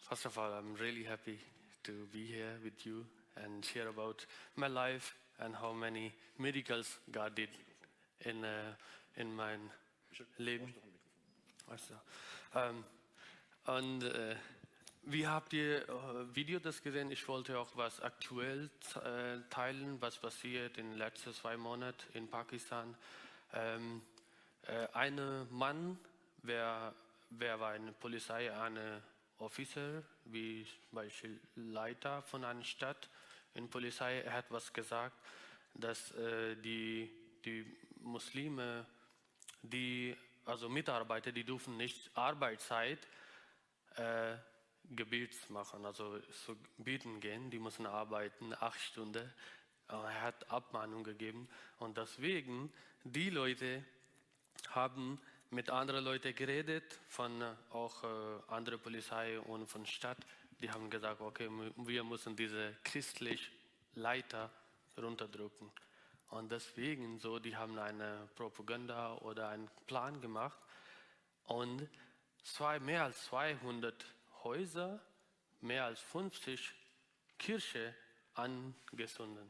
First of all, I'm really happy to be here with you and share about my life and how many miracles God did in mein Leben. Also, wie habt ihr Video das gesehen? Ich wollte auch was aktuell teilen, was passiert in den letzten 2 Monaten in Pakistan. Ein Mann, wer war eine Polizei, ein Officer, wie zum Beispiel Leiter von einer Stadt in Polizei, er hat was gesagt, dass die Muslime, also Mitarbeiter, die dürfen nicht Arbeitszeit Gebet machen, also zu beten gehen, die müssen arbeiten 8 Stunden. Er hat Abmahnung gegeben und deswegen die Leute haben mit anderen Leuten geredet, von auch andere Polizei und von Stadt. Die haben gesagt, okay, wir müssen diese christlichen Leiter runterdrücken. Und deswegen so, die haben eine Propaganda oder einen Plan gemacht und mehr als 200 Häuser, mehr als 50 Kirchen angezündet.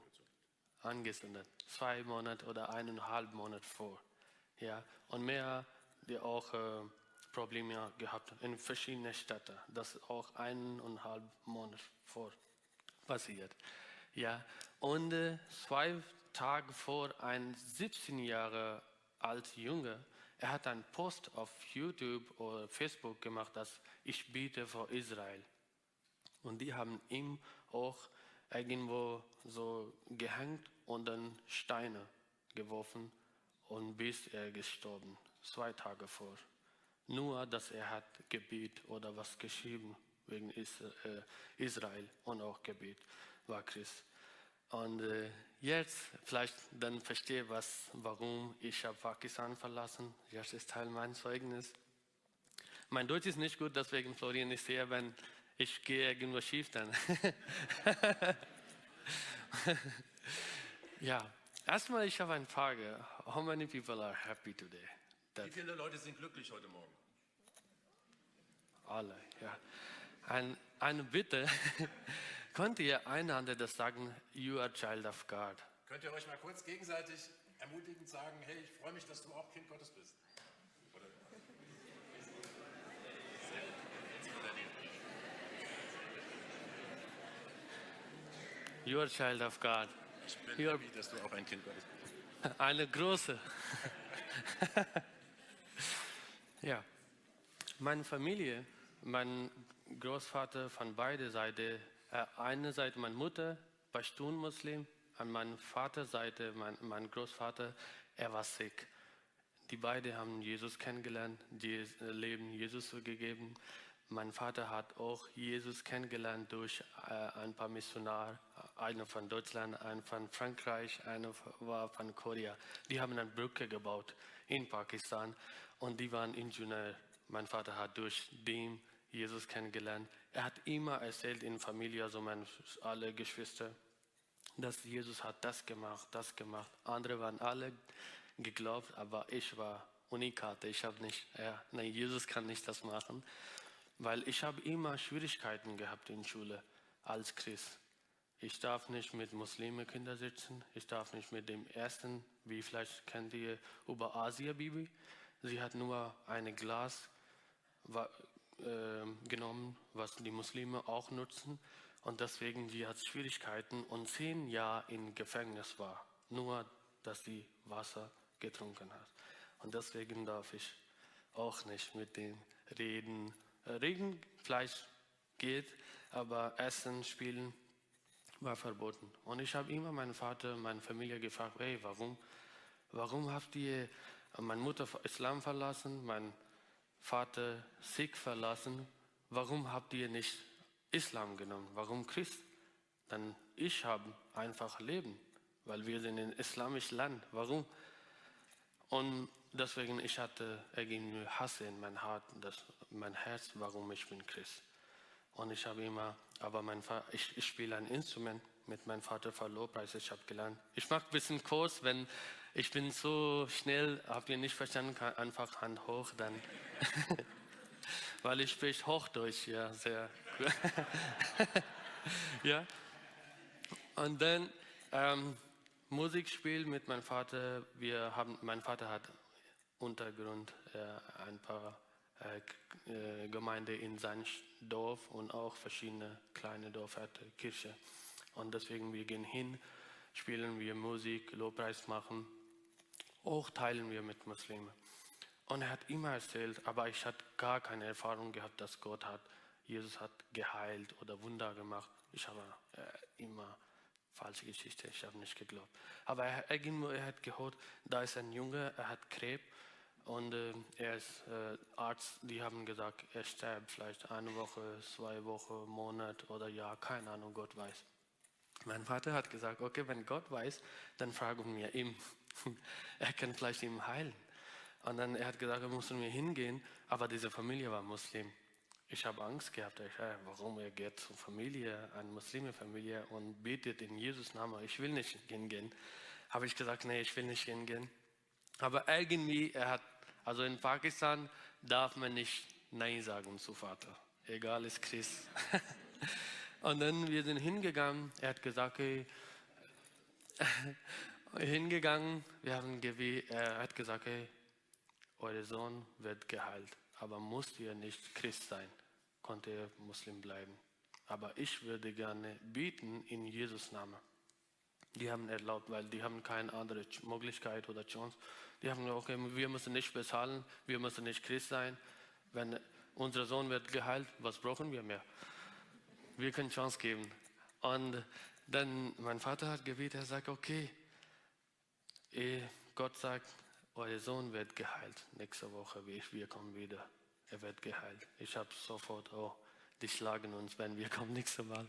2 Monate oder 1,5 Monate vor. Ja, und mehr, die auch Probleme gehabt in verschiedenen Städten. Das ist auch 1,5 Monate vor passiert. Ja, und 2 Tage vor ein 17 Jahre alter Junge, er hat einen Post auf YouTube oder Facebook gemacht, dass ich bete für Israel. Und die haben ihm auch irgendwo so gehängt und dann Steine geworfen und bis er gestorben, 2 Tage vor. Nur, dass er hat Gebet oder was geschrieben wegen Israel und auch Gebet war Christ. Und jetzt vielleicht dann verstehe warum ich habe Pakistan verlassen. Das ist Teil meines Zeugnisses. Mein Deutsch ist nicht gut, deswegen Florian ist sehr, wenn ich gehe irgendwo schief dann. Ja, erstmal ich habe eine Frage. How many people are happy today? Wie viele Leute sind glücklich heute Morgen? Alle, ja. Eine Bitte. Könnt ihr einander das sagen, you are child of God? Könnt ihr euch mal kurz gegenseitig ermutigend sagen, hey, ich freue mich, dass du auch Kind Gottes bist? Oder? You are child of God. Ich bin happy, dass du auch ein Kind Gottes bist. Eine große. Ja. Meine Familie, mein Großvater von beider Seiten, eine Seite meine Mutter, Pashtun-Muslim, an meiner Vaterseite, mein Großvater, er war Sikh. Die beiden haben Jesus kennengelernt, die Leben Jesus gegeben. Mein Vater hat auch Jesus kennengelernt durch ein paar Missionare, einer von Deutschland, einer von Frankreich, einer war von Korea. Die haben eine Brücke gebaut in Pakistan und die waren Ingenieur. Mein Vater hat durch den Jesus kennengelernt. Er hat immer erzählt in der Familie, also alle Geschwister, dass Jesus hat das gemacht. Andere waren alle geglaubt, aber ich war Unikat. Ich habe nicht, nein, Jesus kann nicht das machen, weil ich habe immer Schwierigkeiten gehabt in der Schule als Christ. Ich darf nicht mit Muslimkindern sitzen. Ich darf nicht mit dem ersten, wie vielleicht kennt ihr über Asia Bibi. Sie hat nur ein Glas genommen, was die Muslime auch nutzen. Und deswegen, sie hat Schwierigkeiten und 10 Jahre im Gefängnis war. Nur, dass sie Wasser getrunken hat. Und deswegen darf ich auch nicht mit denen reden. Reden vielleicht geht, aber Essen, Spielen war verboten. Und ich habe immer meinen Vater, meine Familie gefragt, hey, warum habt ihr meine Mutter Islam verlassen, mein Vater Sikh verlassen, warum habt ihr nicht Islam genommen, warum Christ? Dann ich habe einfach Leben, weil wir sind ein islamisches Land, warum? Und deswegen, ich hatte irgendwie Hass in mein Herz, warum ich bin Christ. Und ich habe immer, aber ich spiele ein Instrument mit meinem Vater für Lobpreis, ich habe gelernt. Ich mache ein bisschen Kurs, wenn ich bin so schnell, habt ihr nicht verstanden, einfach Hand hoch, dann weil ich spreche Hochdeutsch, ja, sehr gut. Ja. Und dann Musikspiel mit meinem Vater. Mein Vater hat Untergrund, ein paar Gemeinden in seinem Dorf und auch verschiedene kleine Dörfer hat Kirche. Und deswegen wir gehen hin, spielen wir Musik, Lobpreis machen, auch teilen wir mit Muslimen. Und er hat immer erzählt, aber ich hatte gar keine Erfahrung gehabt, dass Jesus hat geheilt oder Wunder gemacht. Ich habe immer falsche Geschichte, ich habe nicht geglaubt. Aber er hat gehört, da ist ein Junge, er hat Krebs und er ist Arzt, die haben gesagt, er stirbt vielleicht eine Woche, 2 Wochen, Monat oder Jahr, keine Ahnung, Gott weiß. Mein Vater hat gesagt, okay, wenn Gott weiß, dann fragen wir ihn. Er kann vielleicht ihn heilen. Und dann er hat gesagt, wir müssen wir hingehen, aber diese Familie war Muslim. Ich habe Angst gehabt, warum er geht zur Familie, eine Muslimfamilie und betet in Jesus Namen. Ich will nicht hingehen. Habe ich gesagt, nee, ich will nicht hingehen. Aber irgendwie, also in Pakistan darf man nicht Nein sagen zu Vater, egal ist Christ. Und dann wir sind hingegangen, er hat gesagt, hey, er hat gesagt, hey, euer Sohn wird geheilt, aber musst ihr nicht Christ sein, konnte er Muslim bleiben. Aber ich würde gerne beten in Jesus Namen. Die haben erlaubt, weil die haben keine andere Möglichkeit oder Chance. Die haben gesagt, okay, wir müssen nicht bezahlen, wir müssen nicht Christ sein. Wenn unser Sohn wird geheilt, was brauchen wir mehr? Wir können Chance geben. Und dann mein Vater hat gebetet, er sagt, okay, Gott sagt, euer Sohn wird geheilt. Nächste Woche, wir kommen wieder. Er wird geheilt. Ich habe sofort, die schlagen uns, wenn wir kommen nächste Mal.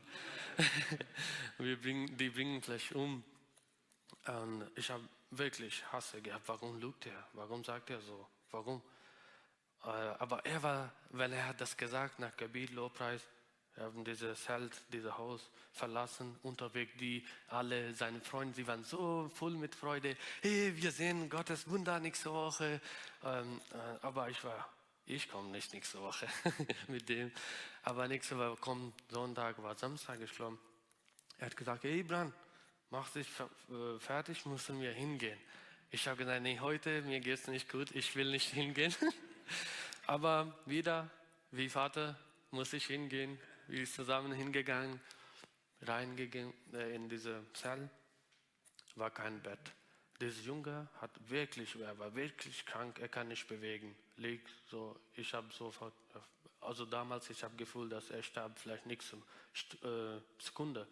Die bringen vielleicht um. Und ich habe wirklich Hasse gehabt. Warum lügt er? Warum sagt er so? Warum? Aber wenn er hat das gesagt, nach Gebet, Lobpreis, wir haben dieses Zelt, dieses Haus verlassen, unterwegs, alle seine Freunde, sie waren so voll mit Freude. Hey, wir sehen Gottes Wunder nächste Woche. Aber ich komme nicht nächste Woche mit dem. Aber nächste Woche kommt Sonntag, war Samstag, ich glaube. Er hat gesagt, hey Bran, mach dich fertig, müssen wir hingehen. Ich habe gesagt, nee, heute, mir geht es nicht gut, ich will nicht hingehen. Aber wieder, wie Vater, muss ich hingehen. Wir sind zusammen hingegangen, reingegangen in diese Zelle, war kein Bett. Dieser Junge er war wirklich krank, er kann nicht bewegen, liegt so, ich habe sofort, also damals, ich habe Gefühl, dass er starb, vielleicht nächste Sekunde.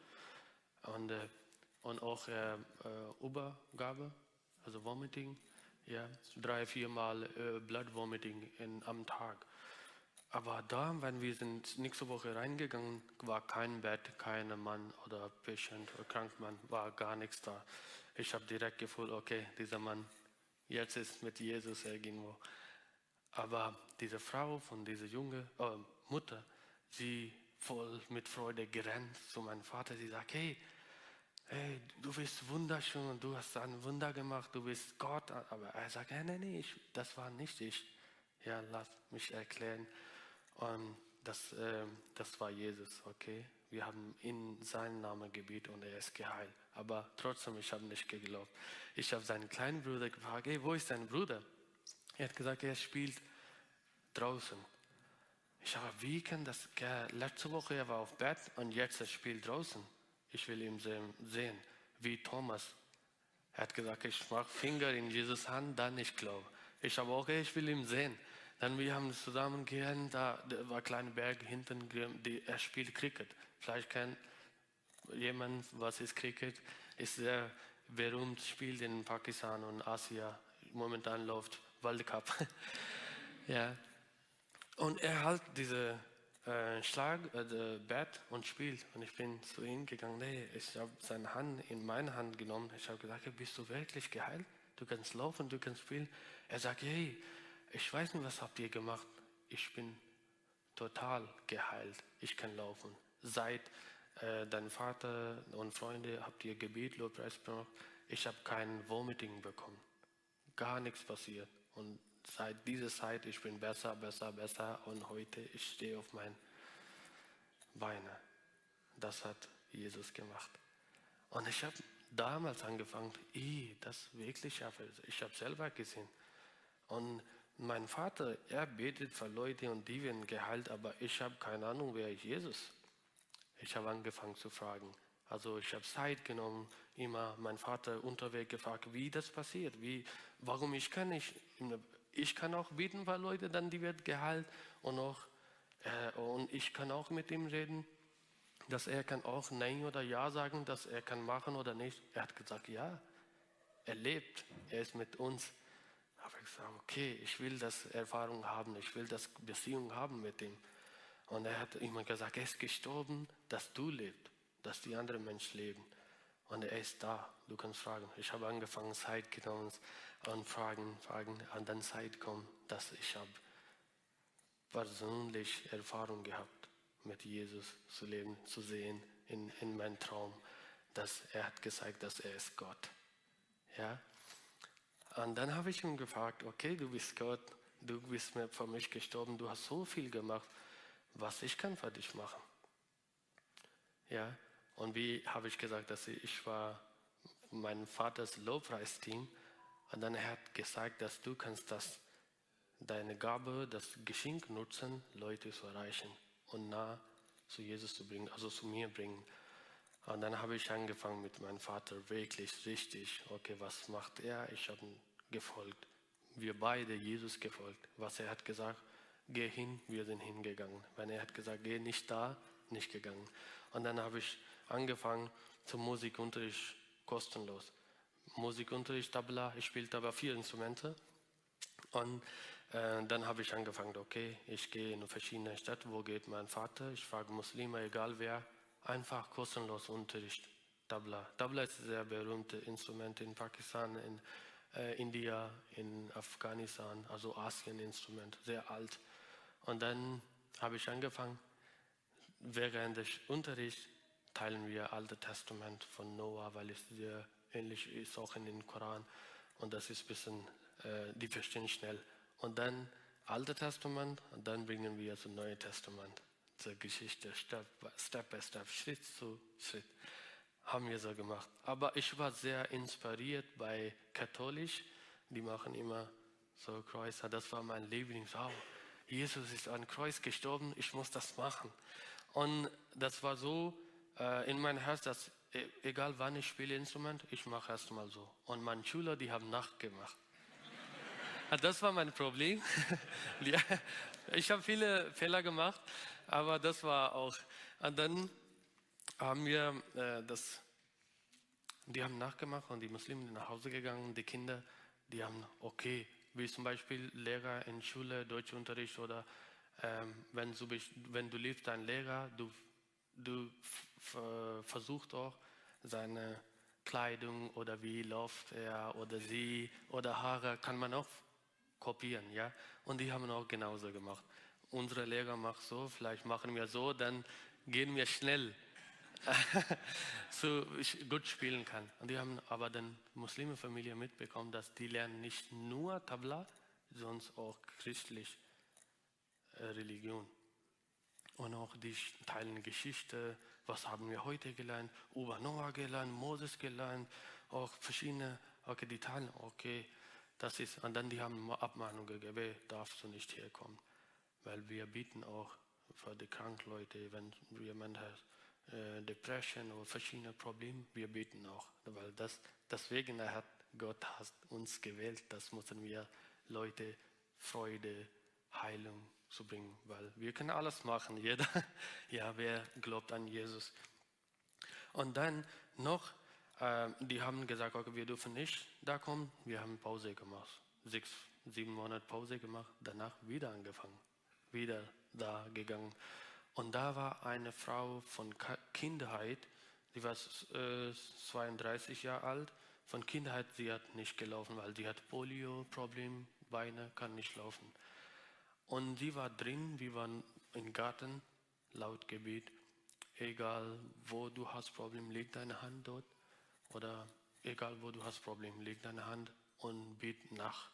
Und auch Übergabe, also Vomiting, ja, 3-4 Mal Blood Vomiting am Tag. Aber da, wenn wir sind nächste Woche reingegangen, war kein Bett, kein Mann oder Patient oder Krankmann, war gar nichts da. Ich habe direkt gefühlt, okay, dieser Mann, jetzt ist mit Jesus irgendwo. Aber diese Frau von dieser Mutter, sie voll mit Freude gerannt zu meinem Vater. Sie sagt, hey, du bist wunderschön und du hast ein Wunder gemacht, du bist Gott. Aber er sagt, nee, das war nicht ich. Ja, lass mich erklären. Und das war Jesus, okay? Wir haben in seinen Namen gebetet und er ist geheilt. Aber trotzdem, ich habe nicht geglaubt. Ich habe seinen kleinen Bruder gefragt, hey, wo ist dein Bruder? Er hat gesagt, er spielt draußen. Ich habe, wie kann das? Letzte Woche er war auf Bett und jetzt er spielt draußen. Ich will ihn sehen, wie Thomas. Er hat gesagt, ich mache Finger in Jesus Hand, dann ich glaube. Ich habe auch, ich will ihn sehen. Dann wir haben zusammen gerannt, da war ein kleiner Berg hinten, er spielt Cricket. Vielleicht kennt jemand, was ist Cricket? Ist sehr berühmt, spielt in Pakistan und Asien. Momentan läuft World Cup. Ja. Und er hält diese Bett und spielt. Und ich bin zu ihm gegangen, ich habe seine Hand in meine Hand genommen. Ich habe gesagt, bist du wirklich geheilt? Du kannst laufen, du kannst spielen. Er sagt, hey, ich weiß nicht, was habt ihr gemacht. Ich bin total geheilt. Ich kann laufen. Seit dein Vater und Freunde habt ihr Gebet, Lobpreis gemacht. Ich habe kein Vomiting bekommen. Gar nichts passiert. Und seit dieser Zeit, ich bin besser, besser, besser und heute, ich stehe auf meinen Beinen. Das hat Jesus gemacht. Und ich habe damals angefangen, das wirklich schaffe ich. Ich habe selber gesehen. Und mein Vater, er betet für Leute und die werden geheilt, aber ich habe keine Ahnung, wer ist Jesus. Ich habe angefangen zu fragen. Also ich habe Zeit genommen, immer meinen Vater unterwegs gefragt, wie das passiert, warum ich kann nicht. Ich kann auch beten für Leute, dann die wird geheilt und ich kann auch mit ihm reden, dass er kann auch Nein oder Ja sagen, dass er kann machen oder nicht. Er hat gesagt, ja, er lebt, er ist mit uns. Aber ich sage, okay, ich will das Erfahrung haben, ich will das Beziehung haben mit ihm. Und er hat immer gesagt, er ist gestorben, dass du lebst, dass die anderen Menschen leben. Und er ist da, du kannst fragen. Ich habe angefangen, Zeit genommen und fragen, und dann Zeit kommt, dass ich habe persönlich Erfahrung gehabt, mit Jesus zu leben, zu sehen in meinem Traum, dass er hat gesagt, dass er ist Gott. Ja? Und dann habe ich ihn gefragt, okay, du bist Gott, du bist für mich gestorben, du hast so viel gemacht, was ich kann für dich machen. Ja, und wie habe ich gesagt, dass ich war mein Vaters Lobpreisteam und dann er hat gesagt, dass du kannst deine Gabe, das Geschenk nutzen, Leute zu erreichen und nah zu Jesus zu bringen, also zu mir bringen. Und dann habe ich angefangen mit meinem Vater wirklich richtig, okay, was macht er? Ich habe ihm gefolgt. Wir beide Jesus gefolgt. Was er hat gesagt, geh hin, wir sind hingegangen. Wenn er hat gesagt, geh nicht da, nicht gegangen. Und dann habe ich angefangen zum Musikunterricht kostenlos. Musikunterricht, Tabla, ich spielte aber 4 Instrumente. Und dann habe ich angefangen, okay, ich gehe in verschiedene Städte, wo geht mein Vater? Ich frage Muslime, egal wer, einfach kostenlos Unterricht. Tabla. Tabla ist ein sehr berühmtes Instrument in Pakistan, in India, in Afghanistan, also Asien-Instrument, sehr alt. Und dann habe ich angefangen, während des Unterrichts teilen wir Alte Testament von Noah, weil es sehr ähnlich ist, auch in den Koran. Und das ist ein bisschen, die verstehen schnell. Und dann Alte Testament und dann bringen wir zum Neuen Testament. Zur Geschichte, Step by Step, Schritt zu Schritt. Haben wir so gemacht. Aber ich war sehr inspiriert bei Katholisch. Die machen immer so Kreuze. Das war mein Lieblings. Oh, Jesus ist an Kreuz gestorben, ich muss das machen. Und das war so in mein Herz, dass egal wann ich spiele Instrument, ich mache erst mal so. Und meine Schüler, die haben nachgemacht. Das war mein Problem. Ja, ich habe viele Fehler gemacht, aber das war auch. Und dann haben wir die haben nachgemacht und die Muslime sind nach Hause gegangen, die Kinder, die haben okay, wie zum Beispiel Lehrer in Schule, Deutschunterricht oder wenn du liebst deinen Lehrer, du versuchst auch seine Kleidung oder wie läuft er oder sie oder Haare, kann man auch kopieren, ja. Und die haben auch genauso gemacht. Unsere Lehrer machen so, vielleicht machen wir so, dann gehen wir schnell, so ich gut spielen kann. Und die haben aber dann muslime Familie mitbekommen, dass die lernen nicht nur Tabla, sondern auch christlich Religion. Und auch die teilen Geschichte, was haben wir heute gelernt, über Noah gelernt, Moses gelernt, auch verschiedene, okay, die teilen, okay, das ist, und dann die haben Abmahnung gegeben, darfst du nicht herkommen. Weil wir bieten auch für die kranken Leute, wenn jemand hat Depression oder verschiedene Probleme, wir beten auch. Weil deswegen hat Gott uns gewählt, das müssen wir Leute Freude, Heilung zu bringen, weil wir können alles machen, jeder, ja, wer glaubt an Jesus. Und dann noch, die haben gesagt, okay, wir dürfen nicht da kommen, wir haben Pause gemacht, 6, 7 Monate Pause gemacht, danach wieder angefangen, wieder da gegangen. Und da war eine Frau von Kindheit, die war 32 Jahre alt, von Kindheit, sie hat nicht gelaufen, weil sie hat Polio-Problem, Beine, kann nicht laufen. Und sie war drin, wir waren im Garten, laut Gebet, egal wo du hast Problem, leg deine Hand dort. Oder egal wo du hast Problem, leg deine Hand und bet nach.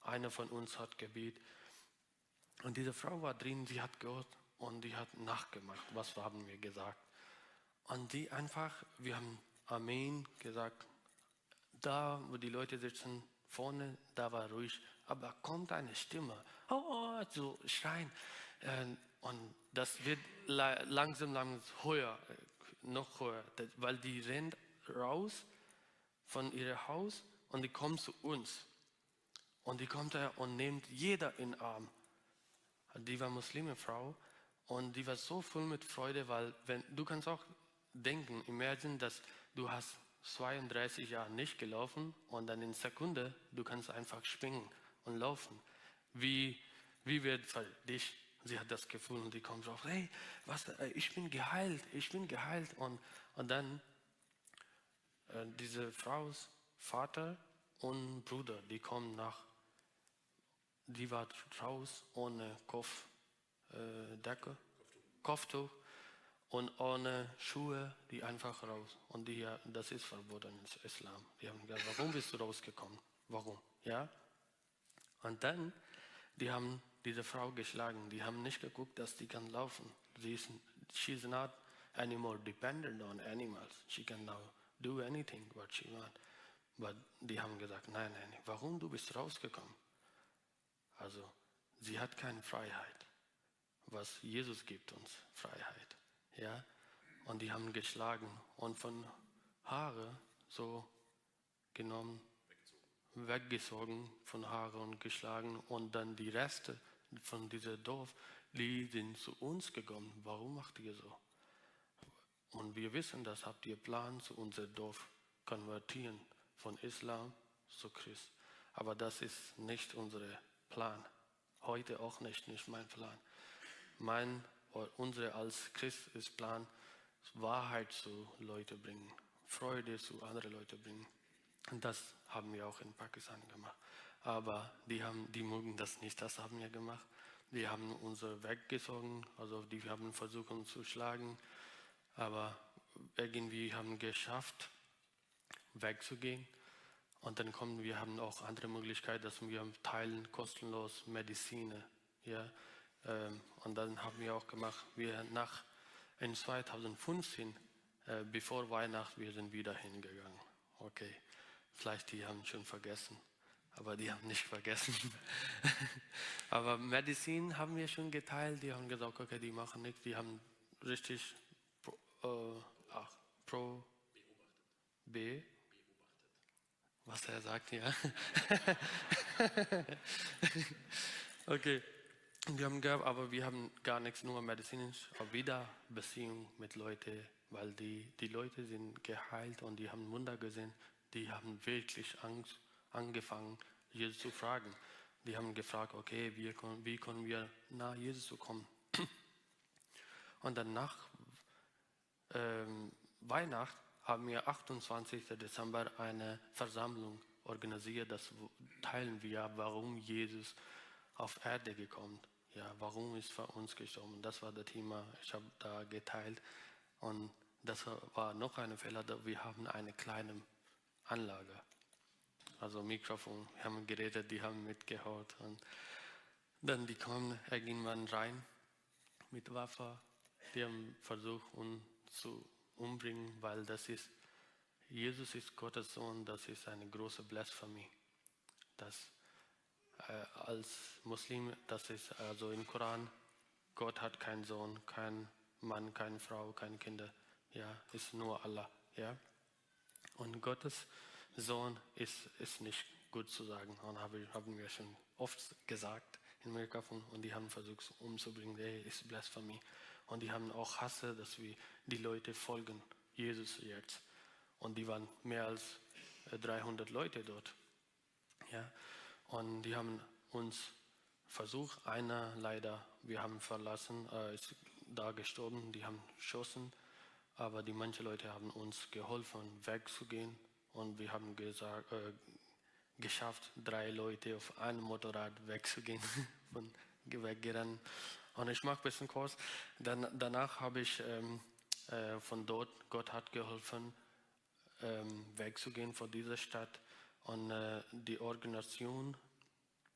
einer von uns hat gebetet. Und diese Frau war drin, sie hat gehört und die hat nachgemacht, was haben wir gesagt. Und die einfach, wir haben Amen gesagt, da wo die Leute sitzen, vorne, da war ruhig, aber kommt eine Stimme, so schreien. Und das wird langsam höher, noch höher, weil die rennt raus von ihrem Haus und die kommt zu uns. Und die kommt da und nimmt jeder in den Arm. Die war muslime Frau und die war so voll mit Freude, weil du kannst auch denken, imagine, dass du hast 32 Jahre nicht gelaufen und dann in Sekunde, du kannst einfach springen und laufen. Wie wird für dich? Sie hat das Gefühl und die kommt drauf, hey, ich bin geheilt. Und dann diese Frau's Vater und Bruder, die kommen die war raus ohne Kopftuch und ohne Schuhe, die einfach raus. Und das ist verboten im Islam. Die haben gesagt, warum bist du rausgekommen? Warum? Ja? Und dann, die haben diese Frau geschlagen. Die haben nicht geguckt, dass die kann laufen. She's not anymore dependent on animals. She can now do anything what she wants. Aber die haben gesagt, nein, warum du bist rausgekommen? Also, sie hat keine Freiheit. Was Jesus gibt uns, Freiheit. Ja? Und die haben geschlagen und von Haare so genommen, weggezogen von Haare und geschlagen. Und dann die Reste von diesem Dorf, die sind zu uns gekommen. Warum macht ihr so? Und wir wissen, das habt ihr Plan, zu unserem Dorf konvertieren, von Islam zu Christ. Aber das ist nicht unser Plan. Heute auch nicht mein Plan. Unsere als Christ ist Plan, Wahrheit zu Leuten bringen, Freude zu anderen Leuten bringen. Und das haben wir auch in Pakistan gemacht. Aber die mögen das nicht, das haben wir gemacht. Die haben uns weggezogen, also die haben versucht uns zu schlagen. Aber irgendwie haben geschafft, wegzugehen. Und dann wir haben auch andere Möglichkeiten, dass wir teilen kostenlos Medizin. Ja? Und dann haben wir auch gemacht, in 2015, bevor Weihnachten, wir sind wieder hingegangen. Okay, vielleicht die haben schon vergessen, aber die haben nicht vergessen. Aber Medizin haben wir schon geteilt, die haben gesagt, okay, die machen nichts, die haben richtig pro B. Was er sagt, ja. Okay. Aber wir haben gar nichts, nur medizinisch, aber wieder Beziehung mit Leuten, weil die Leute sind geheilt und die haben Wunder gesehen. Die haben wirklich Angst angefangen, Jesus zu fragen. Die haben gefragt, okay, wie können wir nach Jesus zu kommen? Und dann nach Weihnachten haben wir 28. Dezember eine Versammlung organisiert. Das teilen wir, warum Jesus auf Erde gekommen. Ja, warum ist für uns gestorben? Das war das Thema. Ich habe da geteilt. Und das war noch ein Fehler. Wir haben eine kleine Anlage. Also Mikrofon. Wir haben geredet, die haben mitgehört. Und dann die kommen irgendwann rein mit Waffe. Die haben versucht, uns zu umbringen, weil Jesus ist Gottes Sohn, das ist eine große Blasphemie. Das als Muslim, das ist also im Koran, Gott hat keinen Sohn, keinen Mann, keine Frau, keine Kinder, ja, ist nur Allah, ja. Und Gottes Sohn ist nicht gut zu sagen, und haben wir schon oft gesagt in Amerika, und die haben versucht umzubringen, ist Blasphemie. Und die haben auch Hasse, dass die Leute folgen Jesus jetzt. Und die waren mehr als 300 Leute dort. Ja? Und die haben uns versucht, einer leider, wir haben verlassen, ist da gestorben, die haben geschossen. Aber manche Leute haben uns geholfen, wegzugehen. Und wir haben geschafft, 3 Leute auf einem Motorrad wegzugehen, weggerannt. Und ich mache ein bisschen kurz. Danach habe ich von dort, Gott hat geholfen, wegzugehen von dieser Stadt. Und die Organisation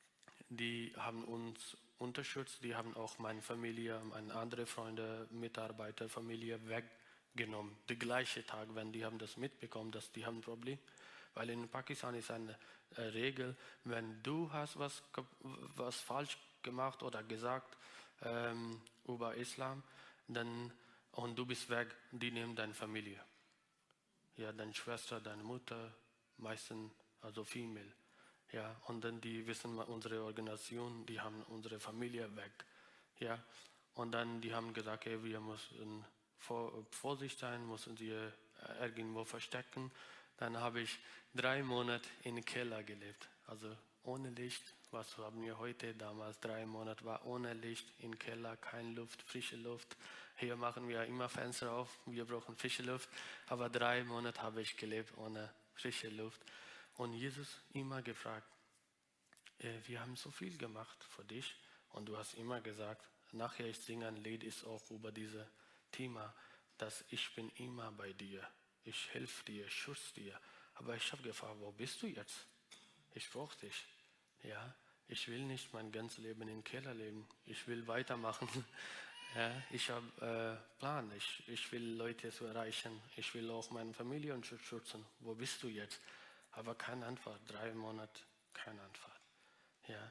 die haben uns unterstützt, die haben auch meine Familie, meine andere Freunde, Mitarbeiter, Familie weggenommen. Der gleiche Tag, wenn die haben das mitbekommen, dass die haben ein Problem. Weil in Pakistan ist eine Regel, wenn du hast was falsch gemacht oder gesagt über Islam, dann und du bist weg, die nehmen deine Familie. Ja, deine Schwester, deine Mutter, meistens also Female. Ja, und dann die wissen unsere Organisation, die haben unsere Familie weg. Ja, und dann die haben gesagt, hey, wir müssen Vorsicht sein, müssen sie irgendwo verstecken. Dann habe ich 3 Monate im Keller gelebt, also ohne Licht. Was haben wir heute? Damals 3 Monate war ohne Licht im Keller, keine Luft, frische Luft. Hier machen wir immer Fenster auf, wir brauchen frische Luft. Aber 3 Monate habe ich gelebt ohne frische Luft. Und Jesus immer gefragt, wir haben so viel gemacht für dich. Und du hast immer gesagt, nachher ich singe ein Lied, ist auch über dieses Thema, dass ich bin immer bei dir. Ich helfe dir, ich schütze dir. Aber ich habe gefragt, wo bist du jetzt? Ich brauche dich. Ja, ich will nicht mein ganzes Leben im Keller leben. Ich will weitermachen. Ja, ich habe Plan. Ich will Leute zu erreichen. Ich will auch meine Familie schützen. Wo bist du jetzt? Aber keine Antwort. 3 Monate, keine Antwort. Ja,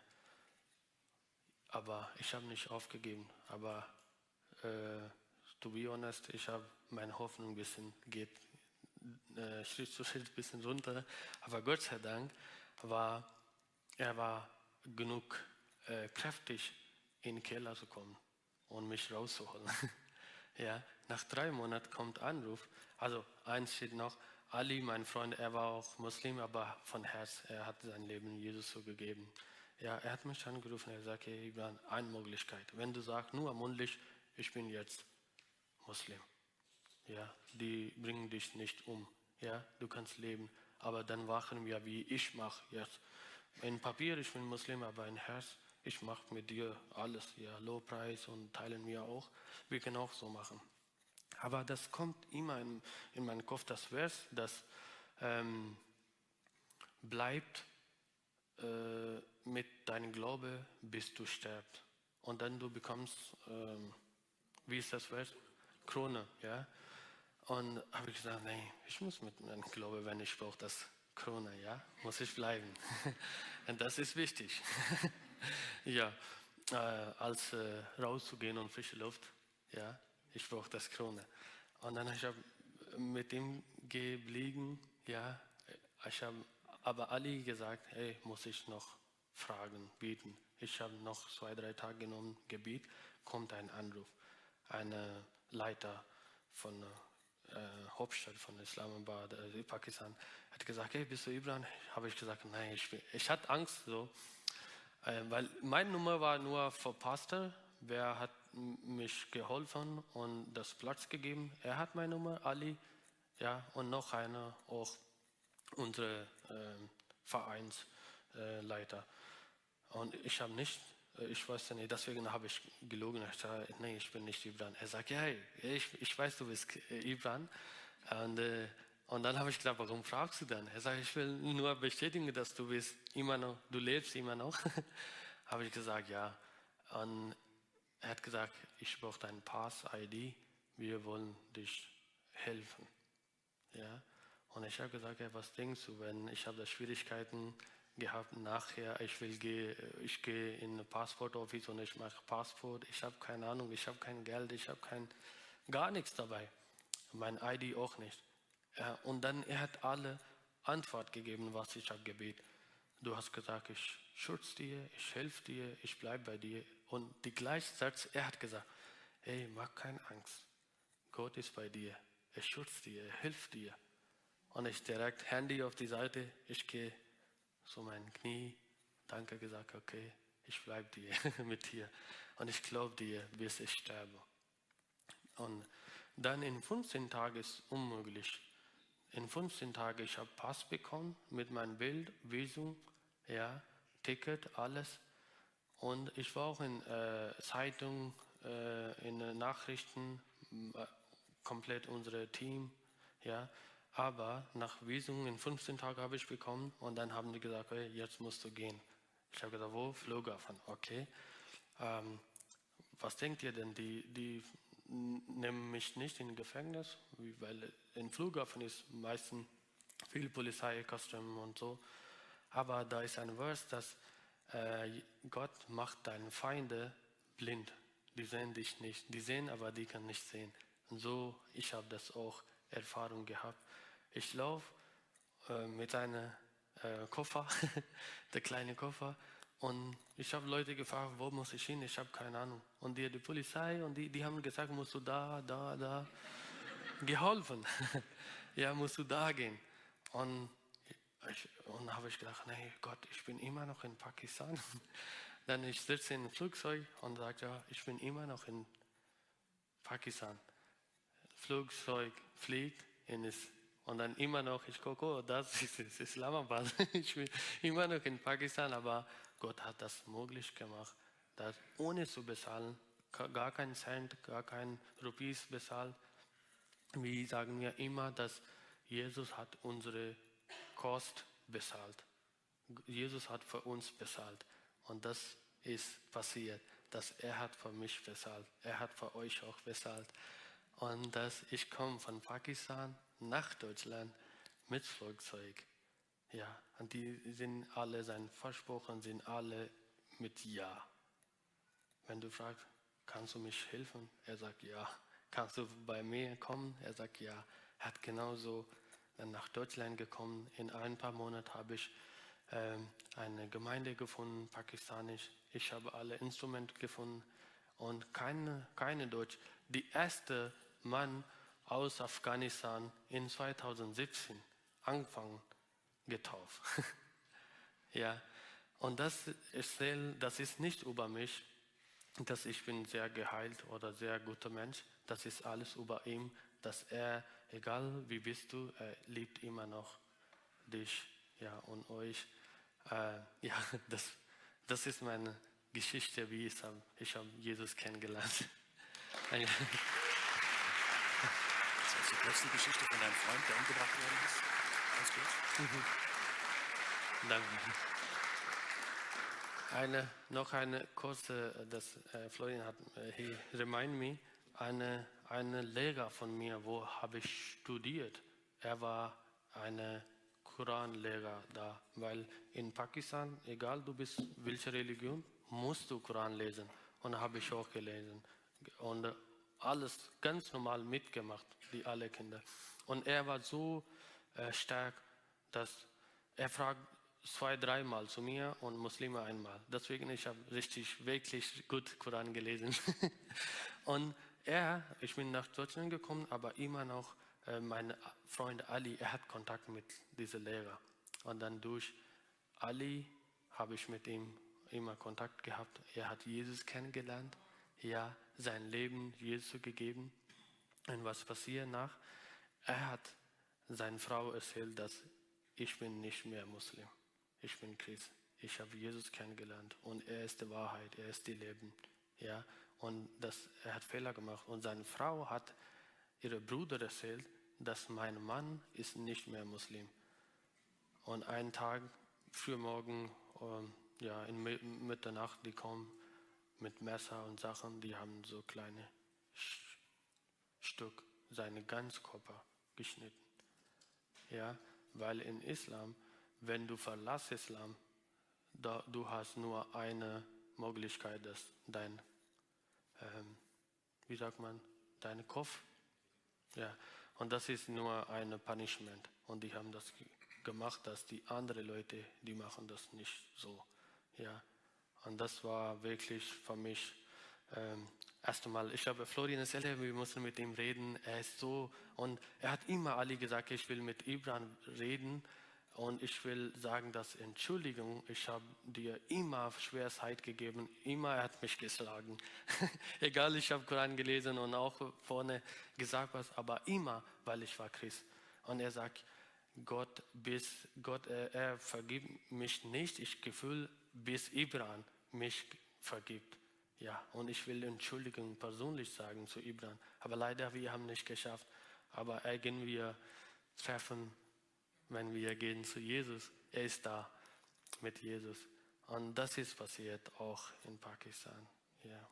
aber ich habe nicht aufgegeben. Aber to be honest, ich habe meine Hoffnung ein bisschen geht Schritt zu Schritt ein bisschen runter. Aber Gott sei Dank er war genug kräftig in den Keller zu kommen und mich rauszuholen. Ja, nach 3 Monaten kommt Anruf. Also eins steht noch, Ali, mein Freund, er war auch Muslim, aber von Herz, er hat sein Leben Jesus so gegeben. Ja, er hat mich angerufen, er sagt, hey, Ibrahim, eine Möglichkeit. Wenn du sagst, nur mundlich, ich bin jetzt Muslim. Ja, die bringen dich nicht um. Ja, du kannst leben. Aber dann machen wir, wie ich mache jetzt. In Papier, ich bin Muslim, aber in Herz, ich mache mit dir alles. Ja, Lobpreis und teilen wir auch. Wir können auch so machen. Aber das kommt immer in meinen Kopf, das Vers, das bleibt mit deinem Glaube, bis du stirbst. Und dann du bekommst, wie ist das Vers? Krone, ja. Und habe ich gesagt, nee, ich muss mit meinem Glaube, wenn ich brauche das Krone, ja, muss ich bleiben. Und das ist wichtig. Ja, als rauszugehen und frische Luft, ja, ich brauche das Krone. Und dann habe ich mit ihm geblieben, ja, ich habe aber Ali gesagt, hey, muss ich noch fragen, bieten. Ich habe noch 2, 3 Tage genommen, Gebiet, kommt ein Anruf. Ein Leiter von Hauptstadt von Islamabad, Pakistan, hat gesagt, hey, bist du Ibrahim? Habe ich gesagt, nein, ich hatte Angst so, weil meine Nummer war nur für Pastor, wer hat mich geholfen und das Platz gegeben. Er hat meine Nummer, Ali, ja, und noch einer, auch unsere Vereinsleiter. Und ich habe nicht, ich weiß nicht, deswegen habe ich gelogen. Ich sage, nee, ich bin nicht Ibrahim. Er sagt, ja, hey, ich weiß, du bist Ibrahim. Und dann habe ich gesagt, warum fragst du dann? Er sagt, ich will nur bestätigen, dass du bist immer noch, du lebst immer noch. Habe ich gesagt, ja. Und er hat gesagt, ich brauche deinen Pass-ID, wir wollen dich helfen. Ja. Und ich habe gesagt, ja, was denkst du, wenn ich habe da Schwierigkeiten gehabt nachher, ich gehe in den Passport-Office und ich mache Passport, ich habe keine Ahnung, ich habe kein Geld, ich habe gar nichts dabei. Mein ID auch nicht. Ja, und dann er hat alle Antwort gegeben, was ich habe gebeten. Du hast gesagt, ich schütze dir, ich helfe dir, ich bleibe bei dir. Und die gleiche Satz, er hat gesagt, hey, mach keine Angst. Gott ist bei dir. Er schützt dir, er hilft dir. Und ich direkt Handy auf die Seite, ich gehe so mein Knie, danke gesagt, okay, ich bleibe dir mit dir. Und ich glaube dir, bis ich sterbe. Und dann in 15 Tagen ist unmöglich. In 15 Tagen, ich habe Pass bekommen mit meinem Bild, Visum, ja, Ticket, alles. Und ich war auch in Zeitungen, in Nachrichten, komplett unser Team, ja. Aber nach Visum in 15 Tagen habe ich bekommen und dann haben die gesagt, hey, jetzt musst du gehen. Ich habe gesagt, wo? Flughafen, okay. Was denkt ihr denn, die nehmen mich nicht in Gefängnis, weil im Flughafen ist meistens viel Polizeikostüm und so. Aber da ist ein Vers, dass Gott macht deine Feinde blind. Die sehen dich nicht. Die sehen, aber die können nicht sehen. Und so, ich habe das auch Erfahrung gehabt. Ich laufe mit einem Koffer, der kleine Koffer, und ich habe Leute gefragt, wo muss ich hin? Ich habe keine Ahnung. Und die Polizei, und die haben gesagt, musst du da, geholfen. Ja, musst du da gehen. Und habe ich gedacht, nee, Gott, ich bin immer noch in Pakistan. Dann ich sitze in einem Flugzeug und sage, ja, ich bin immer noch in Pakistan. Flugzeug fliegt und dann immer noch, ich gucke, oh, das ist Islamabad. Ich bin immer noch in Pakistan, aber Gott hat das möglich gemacht, dass ohne zu bezahlen, gar keinen Cent, gar keinen Rupees bezahlt. Wie sagen wir immer, dass Jesus hat unsere Kost bezahlt. Jesus hat für uns bezahlt. Und das ist passiert, dass er hat für mich bezahlt. Er hat für euch auch bezahlt. Und dass ich komme von Pakistan nach Deutschland mit Flugzeug. Ja, und die sind alle, sein Versprochen sind alle mit Ja. Wenn du fragst, kannst du mich helfen? Er sagt ja. Kannst du bei mir kommen? Er sagt ja. Er hat genauso dann nach Deutschland gekommen. In ein paar Monaten habe ich eine Gemeinde gefunden, pakistanisch. Ich habe alle Instrumente gefunden und keine Deutsch. Die erste Mann aus Afghanistan in 2017 angefangen getauft. Ja, und das ist nicht über mich, dass ich bin sehr geheilt oder sehr guter Mensch. Das ist alles über ihn, dass er, egal wie bist du, er liebt immer noch dich, ja, und euch. Ja, das ist meine Geschichte, wie ich habe Jesus kennengelernt. Das ist die letzte Geschichte von deinem Freund, der umgebracht worden ist. Alles gut? Danke. Noch eine kurze, das Florian hat, he remind me, eine Lehrer von mir, wo habe ich studiert. Er war eine Koranlehrer da, weil in Pakistan, egal du bist welche Religion, musst du Koran lesen. Und habe ich auch gelesen. Und alles ganz normal mitgemacht, die alle Kinder. Und er war so stark, dass er fragt 2-3 Mal zu mir und Muslime einmal. Deswegen ich habe wirklich gut Koran gelesen. Und ich bin nach Deutschland gekommen, aber immer noch mein Freund Ali, er hat Kontakt mit diesem Lehrer. Und dann durch Ali habe ich mit ihm immer Kontakt gehabt. Er hat Jesus kennengelernt, ja, sein Leben Jesus gegeben. Und was passiert nach? Er hat seiner Frau erzählt, dass ich bin nicht mehr Muslim. Ich bin Christ. Ich habe Jesus kennengelernt und er ist die Wahrheit, er ist die Leben. Ja? Und er hat Fehler gemacht. Und seine Frau hat ihrem Bruder erzählt, dass mein Mann ist nicht mehr Muslim. Und einen Tag, frühmorgen, ja, in Mitternacht, die kommen mit Messer und Sachen, die haben so kleine Stück, seinen ganzen Körper geschnitten. Ja, weil in Islam, wenn du verlässt Islam, du hast nur eine Möglichkeit, dass wie sagt man, dein Kopf, ja, und das ist nur ein Punishment. Und die haben das gemacht, dass die anderen Leute, die machen das nicht so, ja. Und das war wirklich für mich erst einmal, ich habe Florian erzählt, wir mussten mit ihm reden, er ist so, und er hat immer Ali gesagt, ich will mit Ibrahim reden und ich will sagen, dass Entschuldigung, ich habe dir immer schwer Zeit gegeben, immer er hat mich geschlagen. Egal, ich habe Koran gelesen und auch vorne gesagt was, aber immer, weil ich war Christ. Und er sagt, Gott, er vergibt mich nicht, ich gefühl, bis Ibrahim mich vergibt. Ja, und ich will Entschuldigung persönlich sagen zu Ibrahim. Aber leider, wir haben nicht geschafft. Aber gehen wir treffen, wenn wir gehen zu Jesus. Er ist da mit Jesus. Und das ist passiert auch in Pakistan. Ja.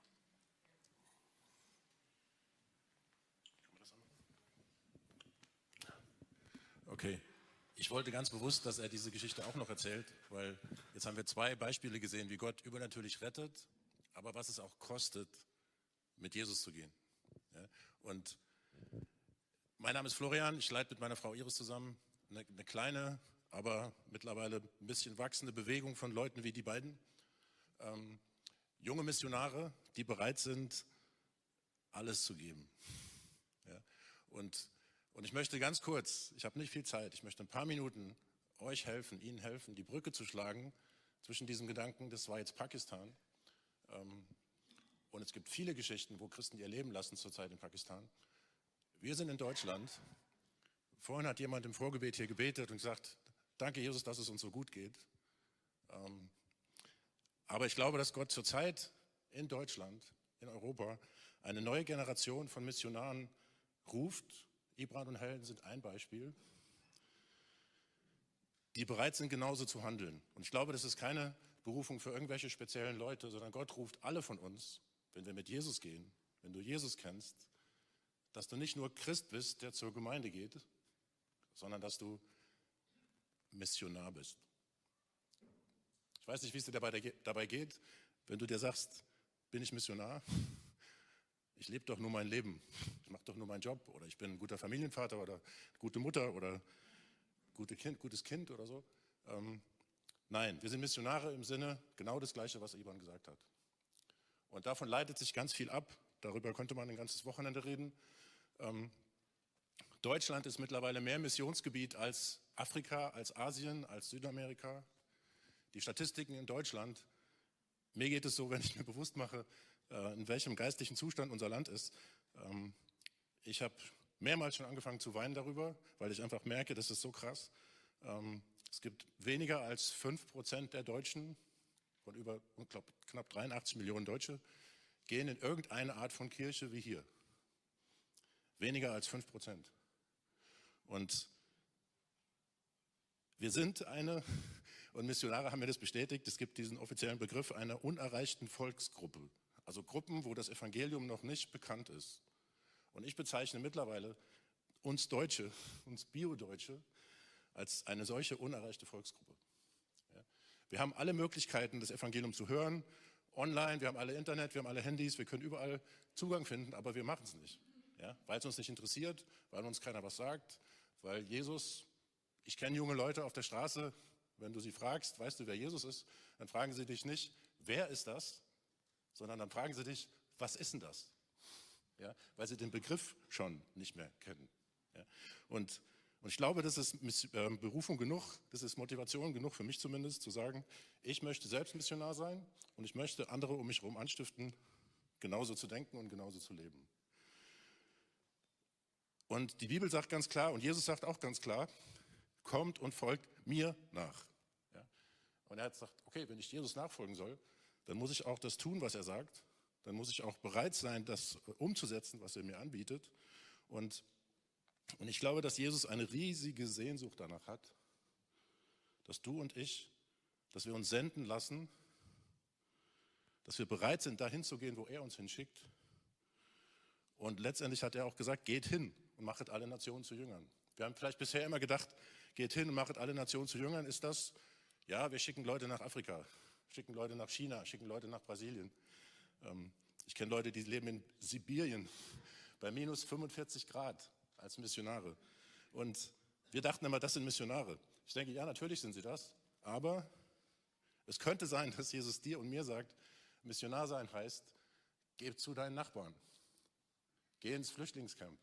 Okay. Ich wollte ganz bewusst, dass er diese Geschichte auch noch erzählt, weil jetzt haben wir 2 Beispiele gesehen, wie Gott übernatürlich rettet, aber was es auch kostet, mit Jesus zu gehen. Ja? Und mein Name ist Florian, ich leite mit meiner Frau Iris zusammen eine kleine, aber mittlerweile ein bisschen wachsende Bewegung von Leuten wie die beiden. Junge Missionare, die bereit sind, alles zu geben. Ja? Und ich möchte ganz kurz, ich habe nicht viel Zeit, ich möchte ein paar Minuten euch helfen, Ihnen helfen, die Brücke zu schlagen zwischen diesem Gedanken, das war jetzt Pakistan. Und es gibt viele Geschichten, wo Christen ihr Leben lassen zurzeit in Pakistan. Wir sind in Deutschland. Vorhin hat jemand im Vorgebet hier gebetet und gesagt, danke Jesus, dass es uns so gut geht. Aber ich glaube, dass Gott zurzeit in Deutschland, in Europa, eine neue Generation von Missionaren ruft. Ibrahim und Helen sind ein Beispiel, die bereit sind, genauso zu handeln. Und ich glaube, das ist keine Berufung für irgendwelche speziellen Leute, sondern Gott ruft alle von uns, wenn wir mit Jesus gehen, wenn du Jesus kennst, dass du nicht nur Christ bist, der zur Gemeinde geht, sondern dass du Missionar bist. Ich weiß nicht, wie es dir dabei geht, wenn du dir sagst, bin ich Missionar? Ich lebe doch nur mein Leben, ich mache doch nur meinen Job oder ich bin ein guter Familienvater oder gute Mutter oder gutes Kind oder so. Nein, wir sind Missionare im Sinne genau das Gleiche, was Ivan gesagt hat. Und davon leitet sich ganz viel ab, darüber könnte man ein ganzes Wochenende reden. Deutschland ist mittlerweile mehr Missionsgebiet als Afrika, als Asien, als Südamerika. Die Statistiken in Deutschland, mir geht es so, wenn ich mir bewusst mache, in welchem geistlichen Zustand unser Land ist. Ich habe mehrmals schon angefangen zu weinen darüber, weil ich einfach merke, das ist so krass. Es gibt weniger als 5% der Deutschen, von über knapp 83 Millionen Deutsche, gehen in irgendeine Art von Kirche wie hier. Weniger als 5%. Und wir sind und Missionare haben mir das bestätigt, es gibt diesen offiziellen Begriff einer unerreichten Volksgruppe. Also Gruppen, wo das Evangelium noch nicht bekannt ist. Und ich bezeichne mittlerweile uns Deutsche, uns Bio-Deutsche, als eine solche unerreichte Volksgruppe. Ja. Wir haben alle Möglichkeiten, das Evangelium zu hören, online, wir haben alle Internet, wir haben alle Handys, wir können überall Zugang finden, aber wir machen es nicht. Ja. Weil es uns nicht interessiert, weil uns keiner was sagt, weil Jesus, ich kenne junge Leute auf der Straße, wenn du sie fragst, weißt du, wer Jesus ist, dann fragen sie dich nicht, wer ist das, sondern dann fragen sie dich, was ist denn das? Ja, weil sie den Begriff schon nicht mehr kennen. Ja, und ich glaube, das ist Berufung genug, das ist Motivation genug für mich zumindest, zu sagen, ich möchte selbst Missionar sein und ich möchte andere um mich herum anstiften, genauso zu denken und genauso zu leben. Und die Bibel sagt ganz klar, und Jesus sagt auch ganz klar, kommt und folgt mir nach. Ja? Und er hat gesagt, okay, wenn ich Jesus nachfolgen soll, dann muss ich auch das tun, was er sagt. Dann muss ich auch bereit sein, das umzusetzen, was er mir anbietet. Und ich glaube, dass Jesus eine riesige Sehnsucht danach hat, dass du und ich, dass wir uns senden lassen, dass wir bereit sind, dahin zu gehen, wo er uns hinschickt. Und letztendlich hat er auch gesagt, geht hin und machet alle Nationen zu Jüngern. Wir haben vielleicht bisher immer gedacht, geht hin und machet alle Nationen zu Jüngern. Ist das, ja, wir schicken Leute nach Afrika, schicken Leute nach China, schicken Leute nach Brasilien. Ich kenne Leute, die leben in Sibirien bei minus 45 Grad als Missionare. Und wir dachten immer, das sind Missionare. Ich denke, ja, natürlich sind sie das. Aber es könnte sein, dass Jesus dir und mir sagt, Missionar sein heißt, geh zu deinen Nachbarn. Geh ins Flüchtlingscamp.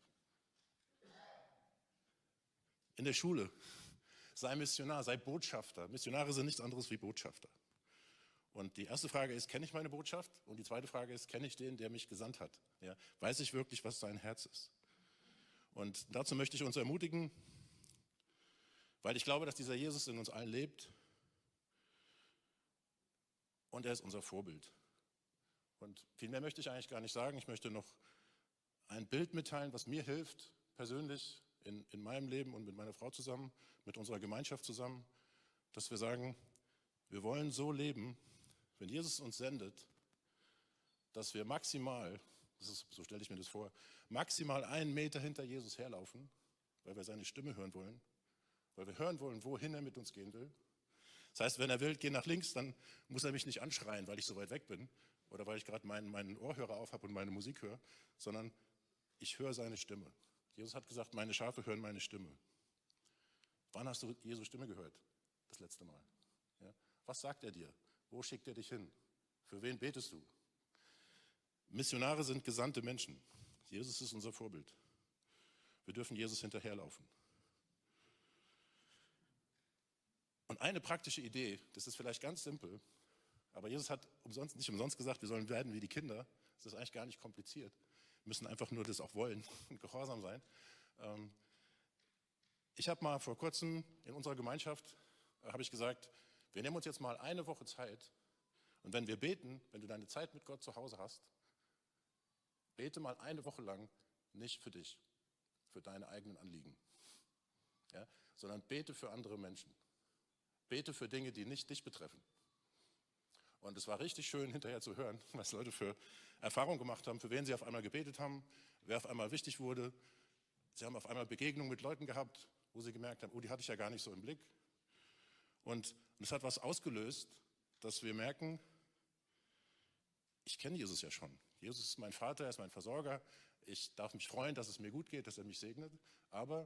In der Schule. Sei Missionar, sei Botschafter. Missionare sind nichts anderes wie Botschafter. Und die erste Frage ist, kenne ich meine Botschaft? Und die zweite Frage ist, kenne ich den, der mich gesandt hat? Ja, weiß ich wirklich, was sein Herz ist? Und dazu möchte ich uns ermutigen, weil ich glaube, dass dieser Jesus in uns allen lebt und er ist unser Vorbild. Und viel mehr möchte ich eigentlich gar nicht sagen. Ich möchte noch ein Bild mitteilen, was mir hilft, persönlich in meinem Leben und mit meiner Frau zusammen, mit unserer Gemeinschaft zusammen, dass wir sagen, Wir wollen so leben, wenn Jesus uns sendet, dass wir maximal, so stelle ich mir das vor, maximal 1 Meter hinter Jesus herlaufen, weil wir seine Stimme hören wollen, weil wir hören wollen, wohin er mit uns gehen will. Das heißt, wenn er will, geh nach links, dann muss er mich nicht anschreien, weil ich so weit weg bin oder weil ich gerade meinen Ohrhörer auf habe und meine Musik höre, sondern ich höre seine Stimme. Jesus hat gesagt, meine Schafe hören meine Stimme. Wann hast du Jesu Stimme gehört? Das letzte Mal. Ja? Was sagt er dir? Wo schickt er dich hin? Für wen betest du? Missionare sind gesandte Menschen. Jesus ist unser Vorbild. Wir dürfen Jesus hinterherlaufen. Und eine praktische Idee, das ist vielleicht ganz simpel, aber Jesus hat nicht umsonst gesagt, wir sollen werden wie die Kinder. Das ist eigentlich gar nicht kompliziert. Wir müssen einfach nur das auch wollen und gehorsam sein. Ich habe mal vor kurzem in unserer Gemeinschaft, habe ich gesagt, wir nehmen uns jetzt mal 1 Woche Zeit und wenn wir beten, wenn du deine Zeit mit Gott zu Hause hast, bete mal 1 Woche lang nicht für dich, für deine eigenen Anliegen, ja, sondern bete für andere Menschen. Bete für Dinge, die nicht dich betreffen. Und es war richtig schön hinterher zu hören, was Leute für Erfahrungen gemacht haben, für wen sie auf einmal gebetet haben, wer auf einmal wichtig wurde. Sie haben auf einmal Begegnungen mit Leuten gehabt, wo sie gemerkt haben, oh, die hatte ich ja gar nicht so im Blick. Und es hat was ausgelöst, dass wir merken, ich kenne Jesus ja schon. Jesus ist mein Vater, er ist mein Versorger. Ich darf mich freuen, dass es mir gut geht, dass er mich segnet. Aber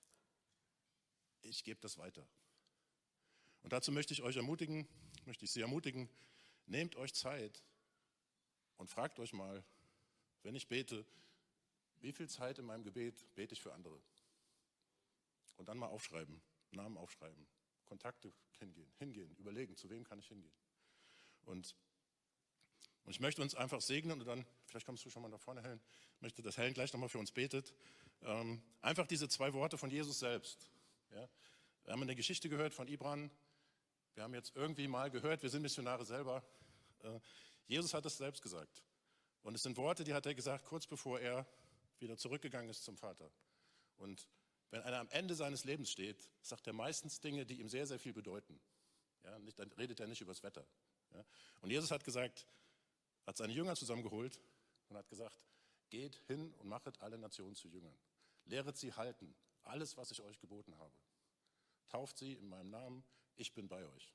ich gebe das weiter. Und dazu möchte ich Sie ermutigen, nehmt euch Zeit und fragt euch mal, wenn ich bete, wie viel Zeit in meinem Gebet bete ich für andere? Und dann mal aufschreiben, Namen aufschreiben, Kontakte hingehen, überlegen, zu wem kann ich hingehen. Und ich möchte uns einfach segnen und dann, vielleicht kommst du schon mal nach vorne, Helen, ich möchte, dass Helen gleich nochmal für uns betet. Einfach diese 2 Worte von Jesus selbst. Ja? Wir haben eine Geschichte gehört von Ibran. Wir haben jetzt irgendwie mal gehört, wir sind Missionare selber. Jesus hat es selbst gesagt. Und es sind Worte, die hat er gesagt, kurz bevor er wieder zurückgegangen ist zum Vater. Und wenn einer am Ende seines Lebens steht, sagt er meistens Dinge, die ihm sehr, sehr viel bedeuten. Ja, dann redet er nicht über das Wetter. Ja. Und Jesus hat gesagt, hat seine Jünger zusammengeholt und hat gesagt, geht hin und machet alle Nationen zu Jüngern. Lehret sie halten, alles, was ich euch geboten habe. Tauft sie in meinem Namen, ich bin bei euch.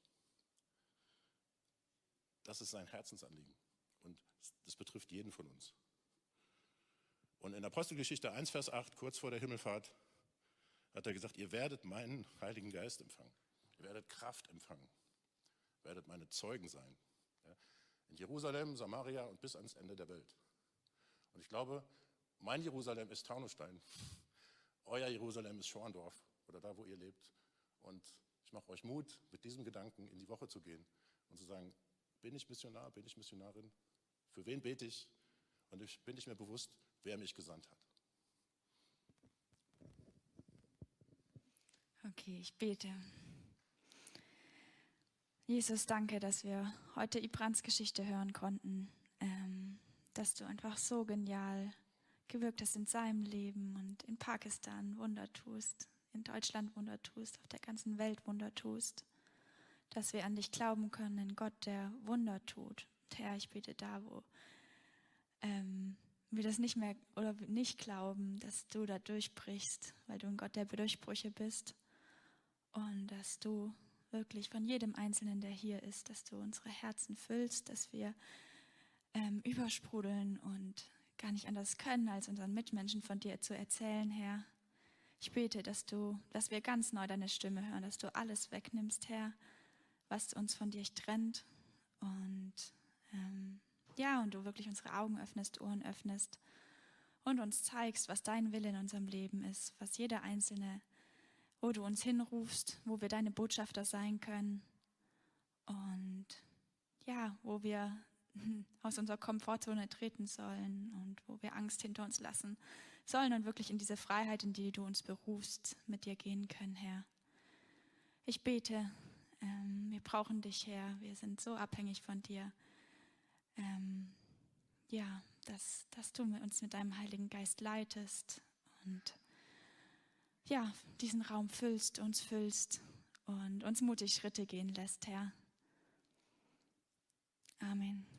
Das ist sein Herzensanliegen und das betrifft jeden von uns. Und in Apostelgeschichte 1, Vers 8, kurz vor der Himmelfahrt, hat er gesagt, ihr werdet meinen Heiligen Geist empfangen. Ihr werdet Kraft empfangen. Ihr werdet meine Zeugen sein. Ja, in Jerusalem, Samaria und bis ans Ende der Welt. Und ich glaube, mein Jerusalem ist Taunusstein. Euer Jerusalem ist Schorndorf oder da, wo ihr lebt. Und ich mache euch Mut, mit diesem Gedanken in die Woche zu gehen und zu sagen, bin ich Missionar, bin ich Missionarin? Für wen bete ich? Und bin ich mir bewusst, wer mich gesandt hat. Okay, ich bete. Jesus, danke, dass wir heute Ibrans Geschichte hören konnten, dass du einfach so genial gewirkt hast in seinem Leben und in Pakistan Wunder tust, in Deutschland Wunder tust, auf der ganzen Welt Wunder tust, dass wir an dich glauben können, in Gott, der Wunder tut. Und Herr, ich bete da, wo wir das nicht mehr oder nicht glauben, dass du da durchbrichst, weil du ein Gott der Durchbrüche bist und dass du wirklich von jedem Einzelnen, der hier ist, dass du unsere Herzen füllst, dass wir übersprudeln und gar nicht anders können, als unseren Mitmenschen von dir zu erzählen, Herr. Ich bete, dass wir ganz neu deine Stimme hören, dass du alles wegnimmst, Herr, was uns von dir trennt und und du wirklich unsere Augen öffnest, Ohren öffnest und uns zeigst, was dein Wille in unserem Leben ist, was jeder Einzelne, wo du uns hinrufst, wo wir deine Botschafter sein können und wo wir aus unserer Komfortzone treten sollen und wo wir Angst hinter uns lassen sollen und wirklich in diese Freiheit, in die du uns berufst, mit dir gehen können, Herr. Ich bete, wir brauchen dich, Herr, wir sind so abhängig von dir. Dass du uns mit deinem Heiligen Geist leitest und diesen Raum füllst und uns mutig Schritte gehen lässt, Herr. Amen.